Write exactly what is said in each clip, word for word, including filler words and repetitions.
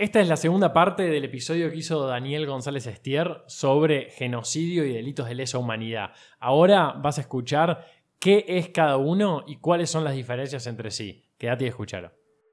Esta es la segunda parte del episodio que hizo Daniel González Estier sobre genocidio y delitos de lesa humanidad. Ahora vas a escuchar qué es cada uno y cuáles son las diferencias entre sí. Quédate y escúchalo.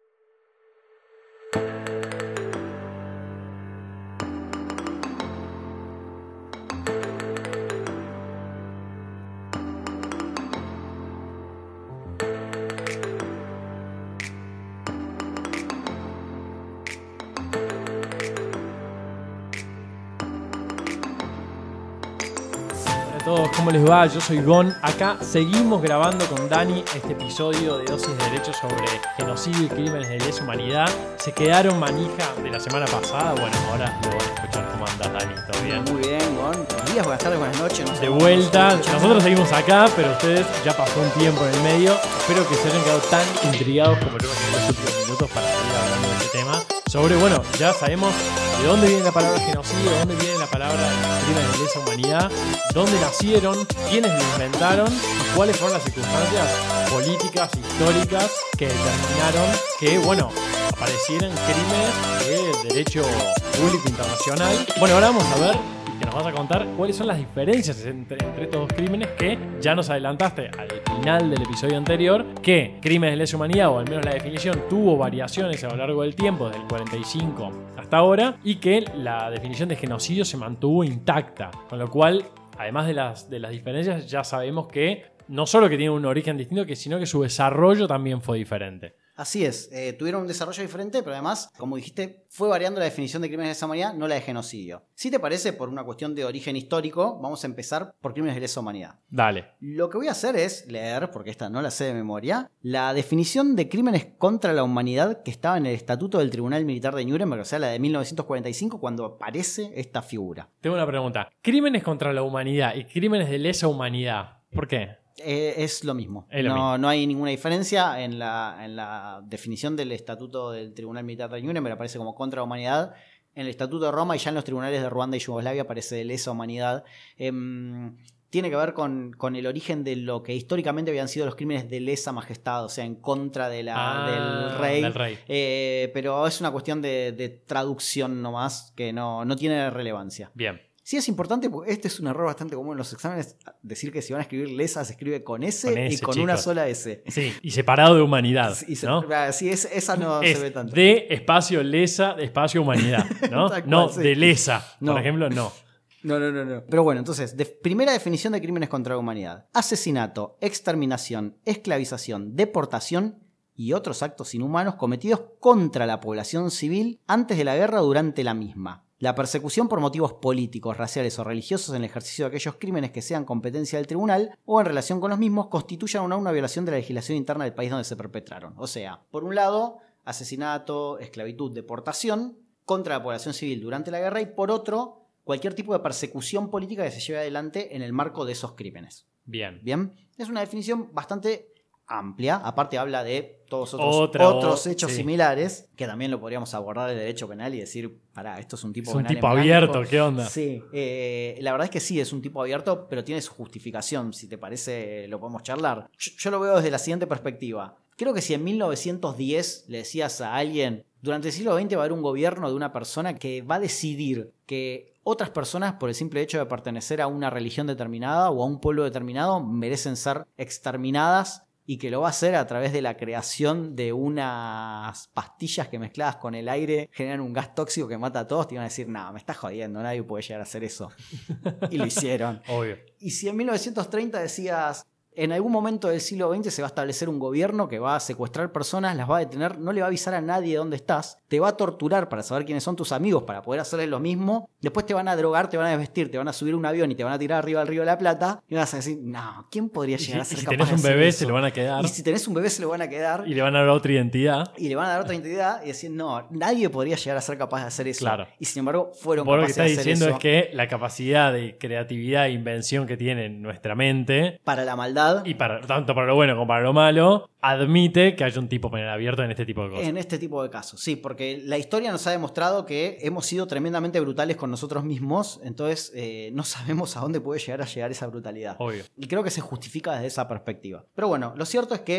¿Cómo les va? Yo soy Gon. Acá seguimos grabando con Dani este episodio de Dosis de Derecho sobre genocidio y crímenes de lesa humanidad. Se quedaron manija de la semana pasada. Bueno, ahora lo van a escuchar. ¿Cómo andás, Dani? ¿Todo bien? Muy bien, Gon. Buenos días, buenas tardes, buenas noches. No sé de vuelta. Nosotros seguimos acá, pero ustedes ya pasó un tiempo en el medio. Espero que se hayan quedado tan intrigados como lo hemos en los últimos minutos para seguir hablando de este tema. Sobre, bueno, ya sabemos de dónde viene la palabra genocidio, de dónde viene la palabra crímenes de lesa humanidad, dónde nacieron, quiénes lo inventaron y cuáles fueron las circunstancias políticas, históricas que determinaron que, bueno, aparecieran crímenes de derecho público internacional. Bueno, ahora vamos a ver que nos vas a contar cuáles son las diferencias entre, entre estos dos crímenes que ya nos adelantaste al final del episodio anterior, que crímenes de lesa humanidad, o al menos la definición, tuvo variaciones a lo largo del tiempo, desde el cuarenta y cinco hasta ahora, y que la definición de genocidio se mantuvo intacta, con lo cual, además de las, de las diferencias, ya sabemos que no solo que tiene un origen distinto, sino que su desarrollo también fue diferente. Así es, eh, tuvieron un desarrollo diferente, pero además, como dijiste, fue variando la definición de crímenes de lesa humanidad, no la de genocidio. Si te parece, por una cuestión de origen histórico, vamos a empezar por crímenes de lesa humanidad. Dale. Lo que voy a hacer es leer, porque esta no la sé de memoria, la definición de crímenes contra la humanidad que estaba en el Estatuto del Tribunal Militar de Nuremberg, o sea, la de mil novecientos cuarenta y cinco, cuando aparece esta figura. Tengo una pregunta. Crímenes contra la humanidad y crímenes de lesa humanidad, ¿por qué? Eh, es lo mismo. Es lo no, mismo. No hay ninguna diferencia en la, en la definición del Estatuto del Tribunal Militar de Nuremberg, aparece como contra la humanidad. En el Estatuto de Roma y ya en los tribunales de Ruanda y Yugoslavia aparece de lesa humanidad. Eh, tiene que ver con, con el origen de lo que históricamente habían sido los crímenes de lesa majestad, o sea, en contra de la, ah, del rey. Del rey. Eh, pero es una cuestión de, de traducción nomás que no, no tiene relevancia. Bien. Sí es importante, porque este es un error bastante común en los exámenes, decir que si van a escribir lesa se escribe con S, con S y con chicos. Una sola S. Sí, y separado de humanidad, y se, ¿no? Sí, es, esa no es se ve tanto. De espacio lesa, de espacio humanidad, ¿no? cual, no, sí. De lesa, no. Por ejemplo, no. No, no, no, no. Pero bueno, entonces, de, primera definición de crímenes contra la humanidad. Asesinato, exterminación, esclavización, deportación y otros actos inhumanos cometidos contra la población civil antes de la guerra o durante la misma. La persecución por motivos políticos, raciales o religiosos en el ejercicio de aquellos crímenes que sean competencia del tribunal o en relación con los mismos constituyan una, una violación de la legislación interna del país donde se perpetraron. O sea, por un lado, asesinato, esclavitud, deportación contra la población civil durante la guerra y por otro, cualquier tipo de persecución política que se lleve adelante en el marco de esos crímenes. Bien. Bien. Es una definición bastante amplia, aparte habla de todos otros, Otra, otros hechos sí. similares, que también lo podríamos abordar del derecho penal y decir, pará, esto es un tipo es un penal tipo en abierto, blanco. ¿Qué onda? Sí, eh, la verdad es que sí, es un tipo abierto, pero tiene su justificación, si te parece lo podemos charlar. Yo, yo lo veo desde la siguiente perspectiva. Creo que si en mil novecientos diez le decías a alguien, durante el siglo veinte va a haber un gobierno de una persona que va a decidir que otras personas, por el simple hecho de pertenecer a una religión determinada o a un pueblo determinado, merecen ser exterminadas, y que lo va a hacer a través de la creación de unas pastillas que mezcladas con el aire generan un gas tóxico que mata a todos, te iban a decir, no, me estás jodiendo, nadie puede llegar a hacer eso. Y lo hicieron. Obvio. Y si en mil novecientos treinta decías, en algún momento del siglo veinte se va a establecer un gobierno que va a secuestrar personas, las va a detener, no le va a avisar a nadie dónde estás, te va a torturar para saber quiénes son tus amigos, para poder hacerles lo mismo, después te van a drogar, te van a desvestir, te van a subir a un avión y te van a tirar arriba del Río de la Plata, y vas a decir, no, ¿quién podría llegar a ser y si capaz tenés de un hacer bebé eso? se lo van a quedar. Y si tenés un bebé se lo van a quedar. Y le van a dar otra identidad. Y le van a dar otra identidad y decir, no, nadie podría llegar a ser capaz de hacer eso. Claro. Y sin embargo fueron Vos capaces de hacer eso. Lo que estás diciendo es que la capacidad de creatividad e invención que tiene nuestra mente, para la maldad, y para tanto para lo bueno como para lo malo, admite que haya un tipo penal abierto en este tipo de cosas. En este tipo de casos, sí, porque la historia nos ha demostrado que hemos sido tremendamente brutales con nosotros mismos, entonces eh, no sabemos a dónde puede llegar a llegar esa brutalidad. Obvio. Y creo que se justifica desde esa perspectiva. Pero bueno, lo cierto es que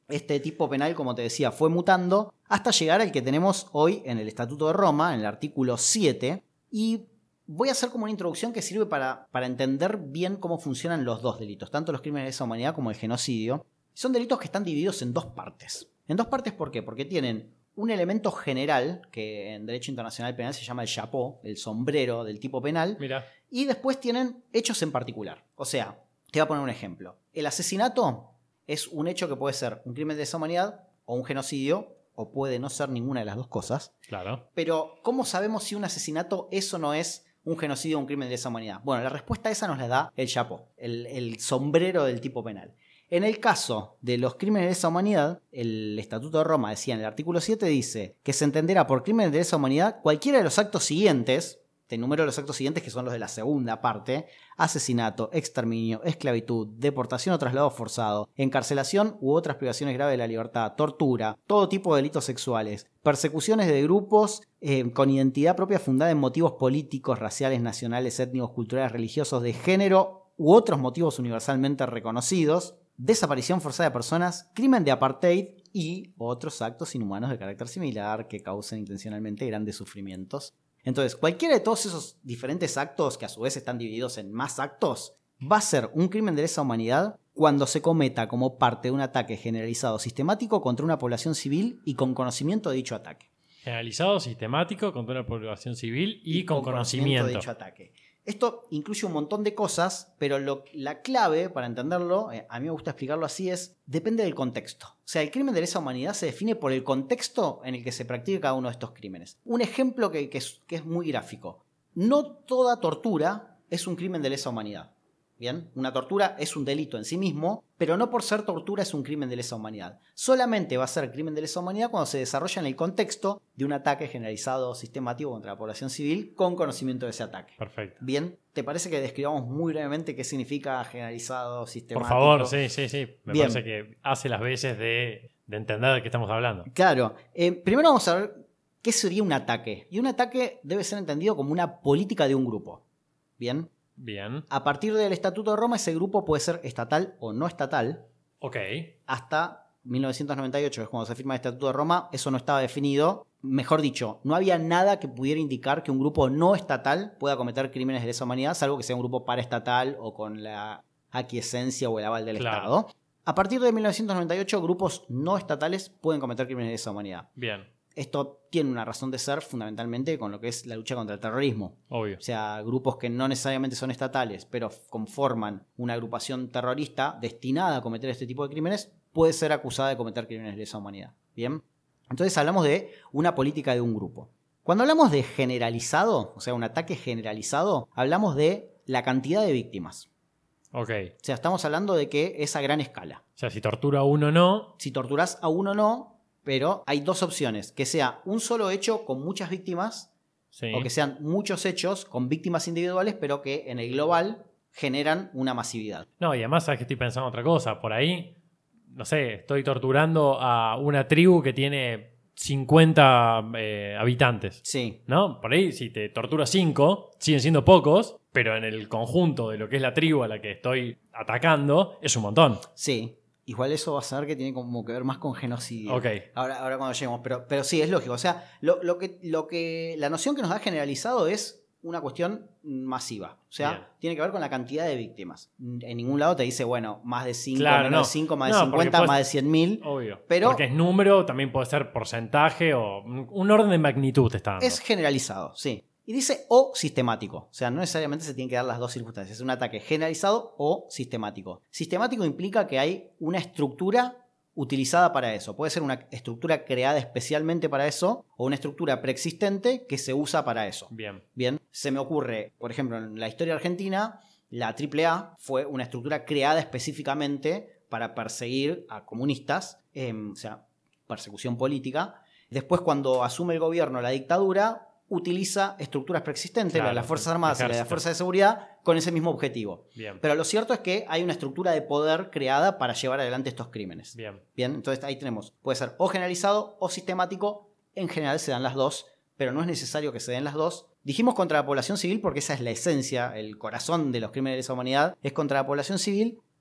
este tipo penal, como te decía, fue mutando hasta llegar al que tenemos hoy en el Estatuto de Roma, en el artículo siete. Y voy a hacer como una introducción que sirve para, para entender bien cómo funcionan los dos delitos, tanto los crímenes de lesa humanidad como el genocidio. Son delitos que están divididos en dos partes. En dos partes, ¿por qué? Porque tienen un elemento general, que en derecho internacional penal se llama el chapeau, el sombrero del tipo penal. Mirá. Y después tienen hechos en particular. O sea, te voy a poner un ejemplo. El asesinato es un hecho que puede ser un crimen de lesa humanidad o un genocidio, o puede no ser ninguna de las dos cosas. Claro. Pero, ¿cómo sabemos si un asesinato es o no es un genocidio o un crimen de lesa humanidad? Bueno, la respuesta a esa nos la da el chapeau, el, el sombrero del tipo penal. En el caso de los crímenes de lesa humanidad, el Estatuto de Roma decía en el artículo siete, dice que se entenderá por crímenes de lesa humanidad cualquiera de los actos siguientes, te enumero los actos siguientes que son los de la segunda parte: asesinato, exterminio, esclavitud, deportación o traslado forzado, encarcelación u otras privaciones graves de la libertad, tortura, todo tipo de delitos sexuales, persecuciones de grupos eh, con identidad propia fundada en motivos políticos, raciales, nacionales, étnicos, culturales, religiosos, de género u otros motivos universalmente reconocidos, desaparición forzada de personas, crimen de apartheid y otros actos inhumanos de carácter similar que causen intencionalmente grandes sufrimientos. Entonces, cualquiera de todos esos diferentes actos, que a su vez están divididos en más actos, va a ser un crimen de lesa humanidad cuando se cometa como parte de un ataque generalizado sistemático contra una población civil y con conocimiento de dicho ataque. Generalizado, sistemático, contra una población civil y, y con, con conocimiento. conocimiento de dicho ataque. Esto incluye un montón de cosas, pero lo, la clave para entenderlo, eh, a mí me gusta explicarlo así, es depende del contexto. O sea, el crimen de lesa humanidad se define por el contexto en el que se practica cada uno de estos crímenes. Un ejemplo que, que, es, que es muy gráfico. No toda tortura es un crimen de lesa humanidad. Bien, una tortura es un delito en sí mismo, pero no por ser tortura es un crimen de lesa humanidad. Solamente va a ser crimen de lesa humanidad cuando se desarrolla en el contexto de un ataque generalizado o sistemático contra la población civil con conocimiento de ese ataque. Perfecto. Bien, ¿te parece que describamos muy brevemente qué significa generalizado, sistemático? Por favor, sí, sí, sí. Me Bien. parece que hace las veces de, de entender de qué estamos hablando. Claro. Eh, primero vamos a ver qué sería un ataque. Y un ataque debe ser entendido como una política de un grupo. Bien. Bien. A partir del Estatuto de Roma, ese grupo puede ser estatal o no estatal. Ok. Hasta mil novecientos noventa y ocho, que es cuando se firma el Estatuto de Roma, eso no estaba definido. Mejor dicho, no había nada que pudiera indicar que un grupo no estatal pueda cometer crímenes de lesa humanidad, salvo que sea un grupo paraestatal o con la aquiescencia o el aval del Claro. Estado. A partir de mil novecientos noventa y ocho, grupos no estatales pueden cometer crímenes de lesa humanidad. Bien. Esto tiene una razón de ser fundamentalmente con lo que es la lucha contra el terrorismo. Obvio. O sea, grupos que no necesariamente son estatales, pero conforman una agrupación terrorista destinada a cometer este tipo de crímenes, puede ser acusada de cometer crímenes de lesa humanidad. ¿Bien? Entonces hablamos de una política de un grupo. Cuando hablamos de generalizado, o sea, un ataque generalizado, hablamos de la cantidad de víctimas. Ok. O sea, estamos hablando de que es a gran escala. O sea, si tortura a uno no. Si torturás a uno no, pero hay dos opciones: que sea un solo hecho con muchas víctimas, Sí. o que sean muchos hechos con víctimas individuales, pero que en el global generan una masividad. No, y además, sabes que estoy pensando otra cosa. Por ahí, no sé, estoy torturando a una tribu que tiene cincuenta eh, habitantes. Sí, ¿No? Por ahí, si te torturo cinco, siguen siendo pocos, pero en el conjunto de lo que es la tribu a la que estoy atacando, es un montón. sí. Igual eso va a ser que tiene como que ver más con genocidio. Ok. Ahora, ahora cuando lleguemos, pero, pero sí, es lógico. O sea, lo, lo que, lo que, la noción que nos da generalizado es una cuestión masiva. O sea, Bien. tiene que ver con la cantidad de víctimas. En ningún lado te dice, bueno, más de cinco, Claro, menos no. de cinco, más No, de porque cincuenta, puedes- más de cien mil. Obvio. Pero- Porque es número, también puede ser porcentaje o un orden de magnitud te está dando. Es generalizado, sí. Y dice o sistemático. O sea, no necesariamente se tienen que dar las dos circunstancias. Es un ataque generalizado o sistemático. Sistemático implica que hay una estructura utilizada para eso. Puede ser una estructura creada especialmente para eso o una estructura preexistente que se usa para eso. Bien. Bien, se me ocurre, por ejemplo, en la historia argentina, la triple A fue una estructura creada específicamente para perseguir a comunistas, eh, o sea, persecución política. Después, cuando asume el gobierno la dictadura, utiliza estructuras preexistentes, Claro, la de las Fuerzas Armadas y la de las ejército. Fuerzas de Seguridad, con ese mismo objetivo. Bien. Pero lo cierto es que hay una estructura de poder creada para llevar adelante estos crímenes. Bien. Bien, entonces ahí tenemos, puede ser o generalizado o sistemático. En general se dan las dos, pero no es necesario que se den las dos. Dijimos contra la población civil porque esa es la esencia, el corazón de los crímenes de lesa humanidad es contra la población civil,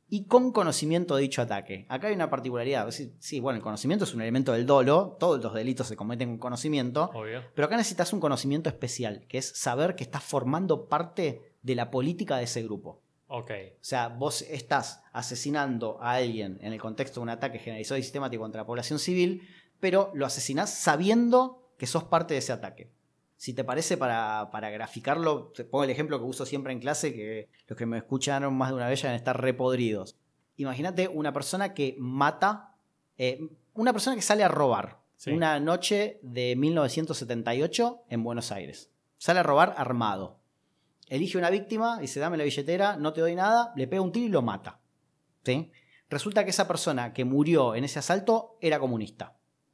y con conocimiento de dicho ataque. Acá hay una particularidad. Sí, sí, bueno, el conocimiento es un elemento del dolo. Todos los delitos se cometen con conocimiento. Obvio. Pero acá necesitas un conocimiento especial, que es saber que estás formando parte de la política de ese grupo. Ok. O sea, vos estás asesinando a alguien en el contexto de un ataque generalizado y sistemático contra la población civil, pero lo asesinás sabiendo que sos parte de ese ataque. Si te parece, para, para graficarlo, te pongo el ejemplo que uso siempre en clase, que los que me escucharon más de una vez ya van a estar repodridos. Imagínate una persona que mata, eh, una persona que sale a robar sí. una noche de mil novecientos setenta y ocho en Buenos Aires. Sale a robar armado. Elige una víctima, dice dame la billetera, no te doy nada, le pega un tiro y lo mata. ¿Sí? Resulta que esa persona que murió en ese asalto era comunista.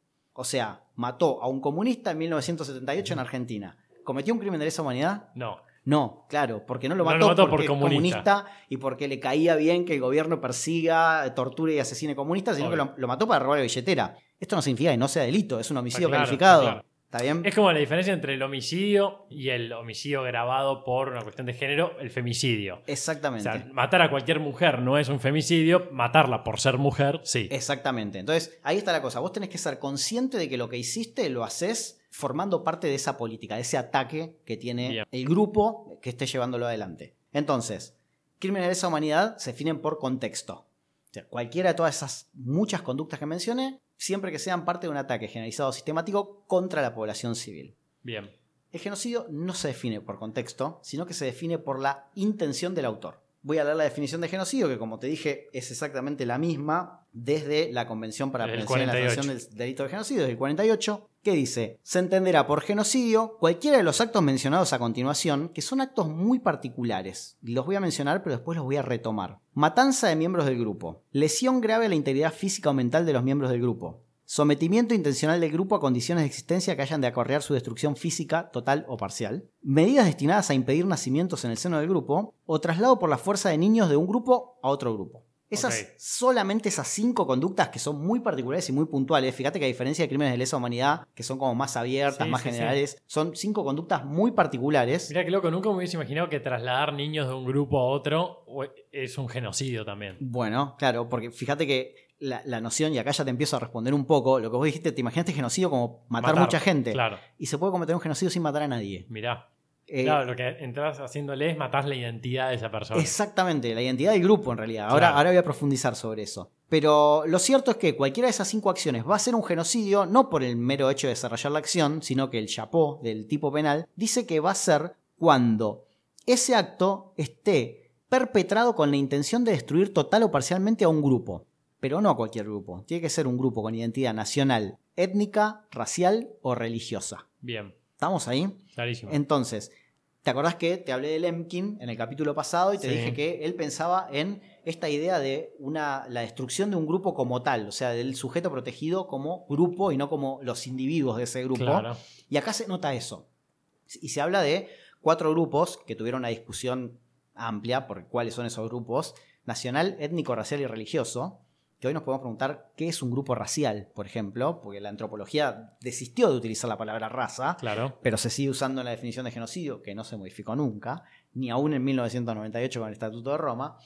O sea, mató a un comunista en mil novecientos setenta y ocho en Argentina. ¿Cometió un crimen de lesa humanidad? No. No, claro, porque no lo mató, no lo mató porque por es comunista y porque le caía bien que el gobierno persiga, torture y asesine comunistas, sino Obvio. que lo, lo mató para robar la billetera. Esto no significa que no sea delito, es un homicidio claro, calificado. Claro. ¿Está bien? Es como la diferencia entre el homicidio y el homicidio grabado por una cuestión de género, el femicidio. Exactamente. O sea, matar a cualquier mujer no es un femicidio, matarla por ser mujer, sí. Exactamente. Entonces, ahí está la cosa. Vos tenés que ser consciente de que lo que hiciste lo haces formando parte de esa política, de ese ataque que tiene Bien. el grupo que esté llevándolo adelante. Entonces, crímenes de lesa humanidad se definen por contexto. O sea, cualquiera de todas esas muchas conductas que mencioné, siempre que sean parte de un ataque generalizado sistemático contra la población civil. Bien. El genocidio no se define por contexto, sino que se define por la intención del autor. Voy a leer la definición de genocidio, que como te dije es exactamente la misma desde la Convención para la Prevención y la Sanción del Delito de Genocidio, del cuarenta y ocho, que dice: se entenderá por genocidio cualquiera de los actos mencionados a continuación, que son actos muy particulares. Los voy a mencionar, pero después los voy a retomar. Matanza de miembros del grupo. Lesión grave a la integridad física o mental de los miembros del grupo. Sometimiento intencional del grupo a condiciones de existencia que hayan de acarrear su destrucción física, total o parcial. Medidas destinadas a impedir nacimientos en el seno del grupo. O traslado por la fuerza de niños de un grupo a otro grupo. Esas, okay. solamente esas cinco conductas que son muy particulares y muy puntuales. Fíjate que a diferencia de crímenes de lesa humanidad, que son como más abiertas, sí, más sí, generales, sí. son cinco conductas muy particulares. Mirá que loco, nunca me hubiese imaginado que trasladar niños de un grupo a otro es un genocidio también. Bueno, claro, porque fíjate que la, la noción, y acá ya te empiezo a responder un poco, lo que vos dijiste, te imaginaste genocidio como matar, matar mucha gente. Claro. Y se puede cometer un genocidio sin matar a nadie. Mirá. Eh, claro, lo que entras haciéndole es matar la identidad de esa persona. Exactamente, la identidad del grupo en realidad. Ahora, claro. ahora voy a profundizar sobre eso. Pero lo cierto es que cualquiera de esas cinco acciones va a ser un genocidio, no por el mero hecho de desarrollar la acción, sino que el chapó del tipo penal dice que va a ser cuando ese acto esté perpetrado con la intención de destruir total o parcialmente a un grupo. Pero no a cualquier grupo. Tiene que ser un grupo con identidad nacional, étnica, racial o religiosa. Bien. ¿Estamos ahí? Clarísimo. Entonces, ¿te acordás que te hablé de Lemkin en el capítulo pasado y te sí. dije que él pensaba en esta idea de una, la destrucción de un grupo como tal, o sea, del sujeto protegido como grupo y no como los individuos de ese grupo? Claro. Y acá se nota eso. Y se habla de cuatro grupos que tuvieron una discusión amplia por cuáles son esos grupos: nacional, étnico, racial y religioso. Que hoy nos podemos preguntar qué es un grupo racial, por ejemplo, porque la antropología desistió de utilizar la palabra raza, claro. pero se sigue usando en la definición de genocidio, que no se modificó nunca, ni aún en mil novecientos noventa y ocho con el Estatuto de Roma.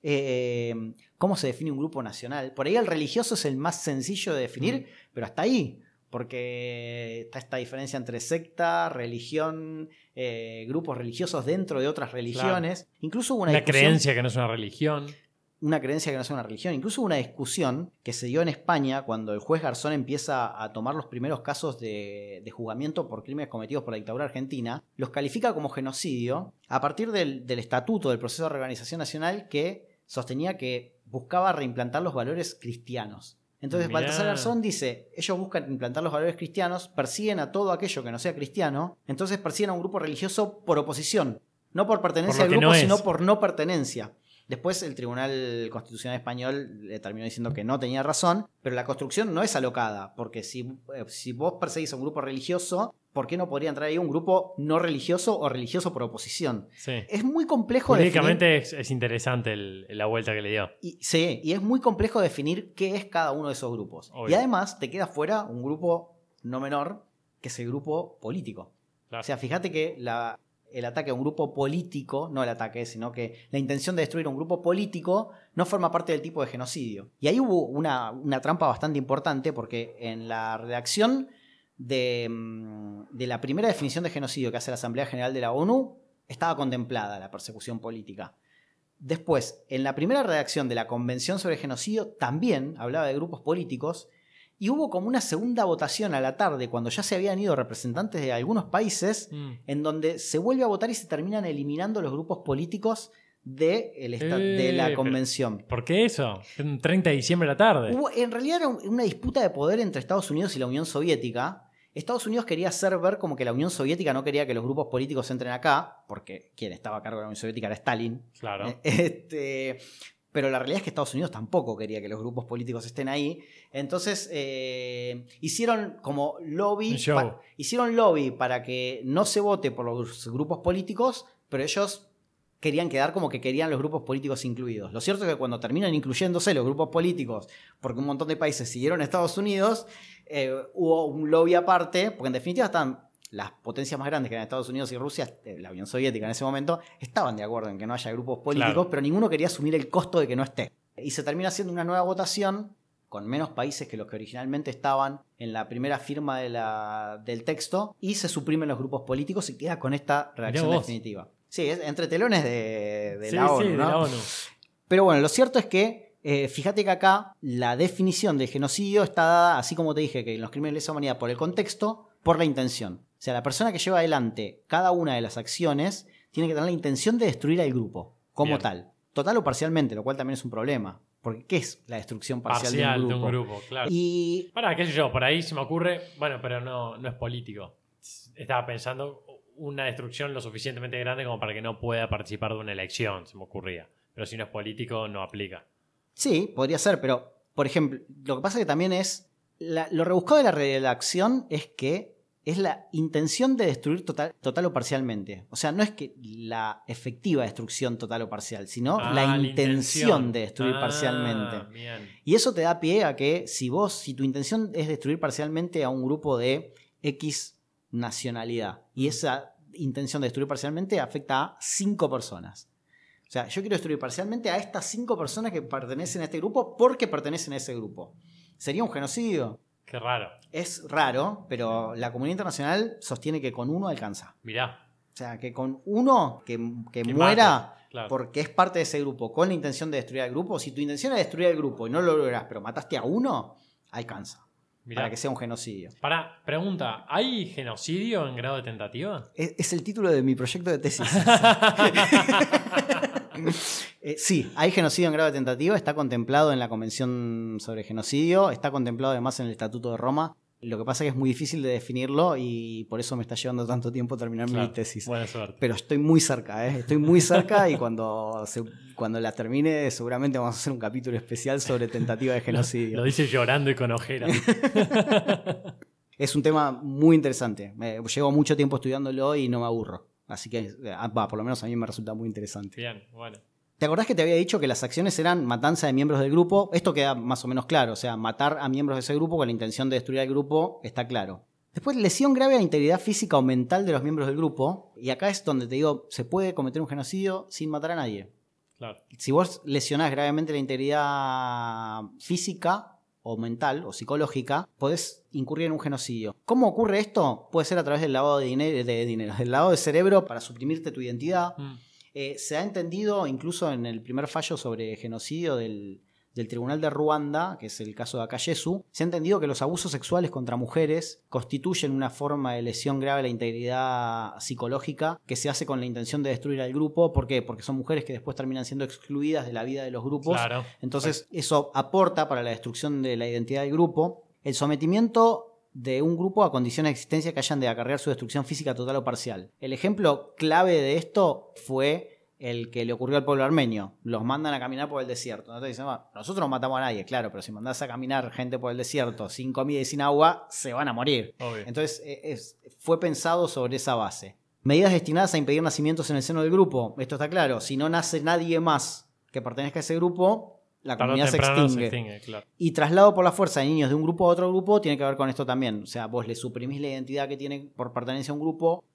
Eh, ¿Cómo se define un grupo nacional? Por ahí el religioso es el más sencillo de definir, mm. pero hasta ahí, porque está esta diferencia entre secta, religión, eh, grupos religiosos dentro de otras religiones. Claro. Incluso hubo una, una creencia que no es una religión. Una creencia que no es una religión. Incluso hubo una discusión que se dio en España cuando el juez Garzón empieza a tomar los primeros casos de, de juzgamiento por crímenes cometidos por la dictadura argentina. Los califica como genocidio a partir del, del estatuto del proceso de reorganización nacional, que sostenía que buscaba reimplantar los valores cristianos. Entonces Mirá. Baltasar Garzón dice, ellos buscan implantar los valores cristianos, persiguen a todo aquello que no sea cristiano, entonces persiguen a un grupo religioso por oposición, no por pertenencia por al grupo, no sino por no pertenencia. Después el Tribunal Constitucional Español le terminó diciendo que no tenía razón, pero la construcción no es alocada, porque si, si vos perseguís a un grupo religioso, ¿por qué no podría entrar ahí un grupo no religioso o religioso por oposición? Sí. Es muy complejo Jurídicamente definir... es, es interesante el, la vuelta que le dio. Y, sí, y es muy complejo definir qué es cada uno de esos grupos. Obvio. Y además te queda fuera un grupo no menor, que es el grupo político. Claro. O sea, fíjate que la... el ataque a un grupo político, no el ataque, sino que la intención de destruir un grupo político no forma parte del tipo de genocidio. Y ahí hubo una, una trampa bastante importante porque en la redacción de, de la primera definición de genocidio que hace la Asamblea General de la ONU estaba contemplada la persecución política. Después, en la primera redacción de la Convención sobre Genocidio también hablaba de grupos políticos. Y hubo como una segunda votación a la tarde, cuando ya se habían ido representantes de algunos países, mm. en donde se vuelve a votar y se terminan eliminando los grupos políticos de, el esta- eh, de la convención. ¿Por qué eso? Un treinta de diciembre a la tarde. Hubo, en realidad era una disputa de poder entre Estados Unidos y la Unión Soviética. Estados Unidos quería hacer ver como que la Unión Soviética no quería que los grupos políticos entren acá, porque quien estaba a cargo de la Unión Soviética era Stalin. Claro. Este... Pero la realidad es que Estados Unidos tampoco quería que los grupos políticos estén ahí. Entonces eh, hicieron como lobby. Pa- hicieron lobby para que no se vote por los grupos políticos, pero ellos querían quedar como que querían los grupos políticos incluidos. Lo cierto es que cuando terminan incluyéndose los grupos políticos, porque un montón de países siguieron a Estados Unidos, eh, hubo un lobby aparte, porque en definitiva están... Las potencias más grandes que eran Estados Unidos y Rusia, la Unión Soviética en ese momento, estaban de acuerdo en que no haya grupos políticos, claro. Pero ninguno quería asumir el costo de que no esté. Y se termina haciendo una nueva votación con menos países que los que originalmente estaban en la primera firma de la, del texto, y se suprimen los grupos políticos y queda con esta redacción definitiva. Sí, es entre telones de, de sí, la ONU, sí, ¿no? de la ONU. Pero bueno, lo cierto es que Eh, fíjate que acá la definición de genocidio está dada, así como te dije, que en los crímenes de lesa humanidad, por el contexto, por la intención. O sea, la persona que lleva adelante cada una de las acciones tiene que tener la intención de destruir al grupo, como Bien. tal. Total o parcialmente, lo cual también es un problema. Porque ¿qué es la destrucción parcial, parcial de un grupo? De un grupo, claro. Y... Pará, qué sé yo, por ahí se me ocurre, bueno, pero no, no es político. Estaba pensando una destrucción lo suficientemente grande como para que no pueda participar de una elección, se me ocurría. Pero si no es político, no aplica. Sí, podría ser, pero, por ejemplo, lo que pasa que también es... La, lo rebuscado de la redacción es que es la intención de destruir total, total o parcialmente. O sea, no es que la efectiva destrucción total o parcial, sino ah, la, intención la intención de destruir ah, parcialmente. Bien. Y eso te da pie a que si vos, si tu intención es destruir parcialmente a un grupo de X nacionalidad, y esa intención de destruir parcialmente afecta a cinco personas. O sea, yo quiero destruir parcialmente a estas cinco personas que pertenecen a este grupo porque pertenecen a ese grupo. ¿Sería un genocidio? Qué raro. Es raro, pero la comunidad internacional sostiene que con uno alcanza. Mirá. O sea, que con uno que, que, que muera claro. porque es parte de ese grupo, con la intención de destruir al grupo, si tu intención es destruir al grupo y no lo logras, pero mataste a uno, alcanza. Mirá. Para que sea un genocidio. Para, pregunta, ¿hay genocidio en grado de tentativa? Es, es el título de mi proyecto de tesis. eh, sí, hay genocidio en grado de tentativa, está contemplado en la Convención sobre Genocidio, está contemplado además en el Estatuto de Roma. Lo que pasa es que es muy difícil de definirlo y por eso me está llevando tanto tiempo terminar claro, mi tesis. Buena suerte. Pero estoy muy cerca, ¿eh? Estoy muy cerca y cuando, se, cuando la termine seguramente vamos a hacer un capítulo especial sobre tentativa de genocidio. Lo, lo dice llorando y con ojeras. Es un tema muy interesante. Eh, llevo mucho tiempo estudiándolo y no me aburro. Así que, va, por lo menos a mí me resulta muy interesante. Bien, bueno. ¿Te acordás que te había dicho que las acciones eran matanza de miembros del grupo? Esto queda más o menos claro. O sea, matar a miembros de ese grupo con la intención de destruir al grupo está claro. Después, lesión grave a la integridad física o mental de los miembros del grupo. Y acá es donde te digo, se puede cometer un genocidio sin matar a nadie. Claro. Si vos lesionás gravemente la integridad física o mental o psicológica, podés incurrir en un genocidio. ¿Cómo ocurre esto? Puede ser a través del lavado de dinero, de dinero del lavado de cerebro para suprimirte tu identidad. Mm. Eh, se ha entendido, incluso en el primer fallo sobre genocidio del, del Tribunal de Ruanda, que es el caso de Akayesu, se ha entendido que los abusos sexuales contra mujeres constituyen una forma de lesión grave a la integridad psicológica que se hace con la intención de destruir al grupo. ¿Por qué? Porque son mujeres que después terminan siendo excluidas de la vida de los grupos. Claro. Entonces, eso aporta para la destrucción de la identidad del grupo. El sometimiento de un grupo a condiciones de existencia que hayan de acarrear su destrucción física total o parcial. El ejemplo clave de esto fue el que le ocurrió al pueblo armenio. Los mandan a caminar por el desierto. Entonces dicen, bueno, nosotros no matamos a nadie, claro, pero si mandás a caminar gente por el desierto sin comida y sin agua, se van a morir. Obvio. Entonces es, fue pensado sobre esa base. Medidas destinadas a impedir nacimientos en el seno del grupo. Esto está claro. Si no nace nadie más que pertenezca a ese grupo, la comunidad se extingue. se extingue. Claro. Y traslado por la fuerza de niños de un grupo a otro grupo tiene que ver con esto también. O sea, vos le suprimís la identidad que tiene por pertenencia a un grupo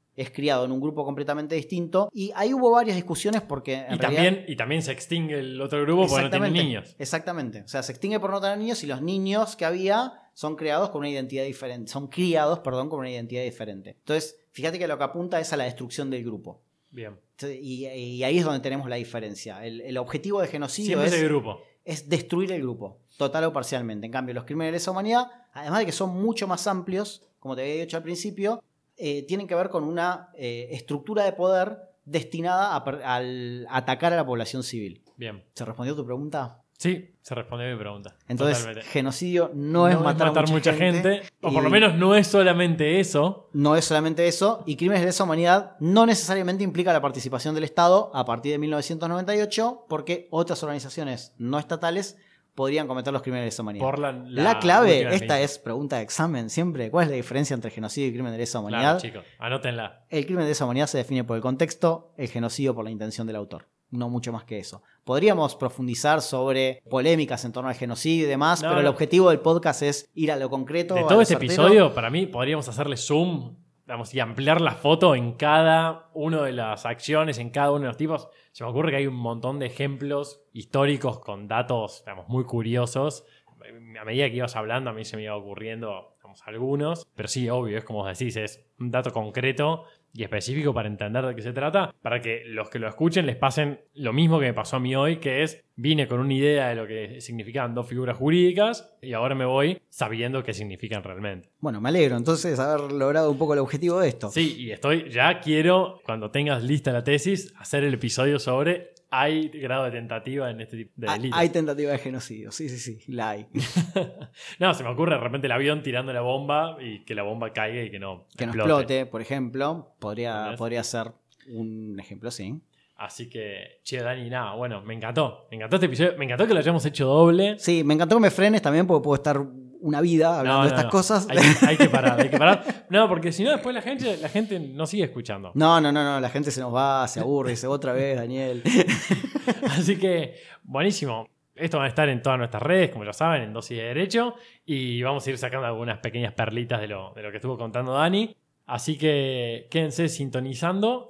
es criado en un grupo completamente distinto. Y ahí hubo varias discusiones porque en y, realidad, también, y también se extingue el otro grupo porque no tienen niños. Exactamente. O sea, se extingue por no tener niños y los niños que había son creados con una identidad diferente. Son criados, perdón, con una identidad diferente. Entonces, fíjate que lo que apunta es a la destrucción del grupo. Bien. Y, y ahí es donde tenemos la diferencia. El, el objetivo de genocidio Siempre es, es el grupo. es destruir el grupo, total o parcialmente. En cambio, los crímenes de lesa humanidad, además de que son mucho más amplios, como te había dicho al principio, eh, tienen que ver con una eh, estructura de poder destinada a, per- al atacar a la población civil. Bien. ¿Se respondió tu pregunta? Sí, se respondió mi pregunta. Entonces, Totalmente. genocidio no, es matar, a mucha, gente, o y por lo menos no es solamente eso. no es solamente eso, y crímenes de lesa humanidad no necesariamente implica la participación del Estado a partir de mil novecientos noventa y ocho, porque otras organizaciones no estatales podrían cometer los crímenes de lesa humanidad. Por la, La, la clave, última esta definición. es pregunta de examen siempre. ¿Cuál es la diferencia entre genocidio y crimen de lesa humanidad? Claro, chicos, anótenla. El crimen de lesa humanidad se define por el contexto, el genocidio por la intención del autor. No mucho más que eso. Podríamos profundizar sobre polémicas en torno al genocidio y demás, No, pero el no. objetivo del podcast es ir a lo concreto. De a todo lo este certero. episodio, para mí, podríamos hacerle zoom, digamos, y ampliar la foto en cada una de las acciones, en cada uno de los tipos. Se me ocurre que hay un montón de ejemplos históricos con datos, digamos, muy curiosos. A medida que ibas hablando, a mí se me iba ocurriendo, digamos, algunos. Pero sí, obvio, es como vos decís, es un dato concreto y específico para entender de qué se trata, para que los que lo escuchen les pasen lo mismo que me pasó a mí hoy, que es, vine con una idea de lo que significaban dos figuras jurídicas y ahora me voy sabiendo qué significan realmente. Bueno, me alegro entonces haber logrado un poco el objetivo de esto. Sí, y estoy, ya quiero, cuando tengas lista la tesis, hacer el episodio sobre ¿hay grado de tentativa en este tipo de Hay, delitos? hay tentativa de genocidio, sí, sí, sí, la hay. No, se me ocurre de repente el avión tirando la bomba y que la bomba caiga y que no Que no explote. explote, por ejemplo, podría, ¿Entendés? podría ser un ejemplo, sí. Así que, che, Dani, nada, bueno, me encantó. Me encantó este episodio. Me encantó que lo hayamos hecho doble. Sí, me encantó que me frenes también porque puedo estar una vida hablando No, de no, estas no. cosas. Hay, hay que parar, hay que parar. No, porque si no, después la gente, la gente no sigue escuchando. No, no, no, no, la gente se nos va, se aburre, dice otra vez, Daniel. Así que, buenísimo. Esto va a estar en todas nuestras redes, como ya saben, en Dosis de Derecho. Y vamos a ir sacando algunas pequeñas perlitas de lo, de lo que estuvo contando Dani. Así que quédense sintonizando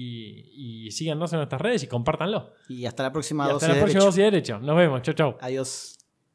y, y síganos en nuestras redes y compártanlo. Y hasta la próxima Y hasta dosis la de próxima derecho. Dosis de Derecho. Nos vemos. Chau, chau. Adiós.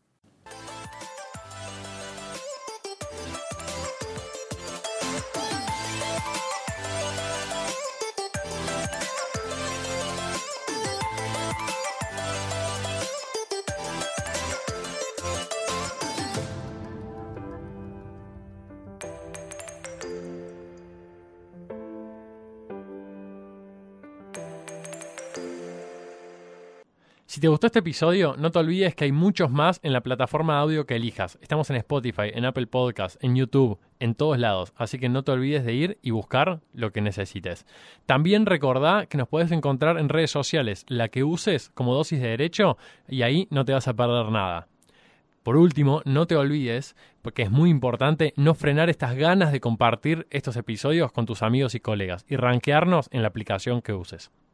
Si te gustó este episodio, no te olvides que hay muchos más en la plataforma de audio que elijas. Estamos en Spotify, en Apple Podcasts, en YouTube, en todos lados. Así que no te olvides de ir y buscar lo que necesites. También recordá que nos podés encontrar en redes sociales, la que uses como Dosis de Derecho, y ahí no te vas a perder nada. Por último, no te olvides, porque es muy importante, no frenar estas ganas de compartir estos episodios con tus amigos y colegas y rankearnos en la aplicación que uses.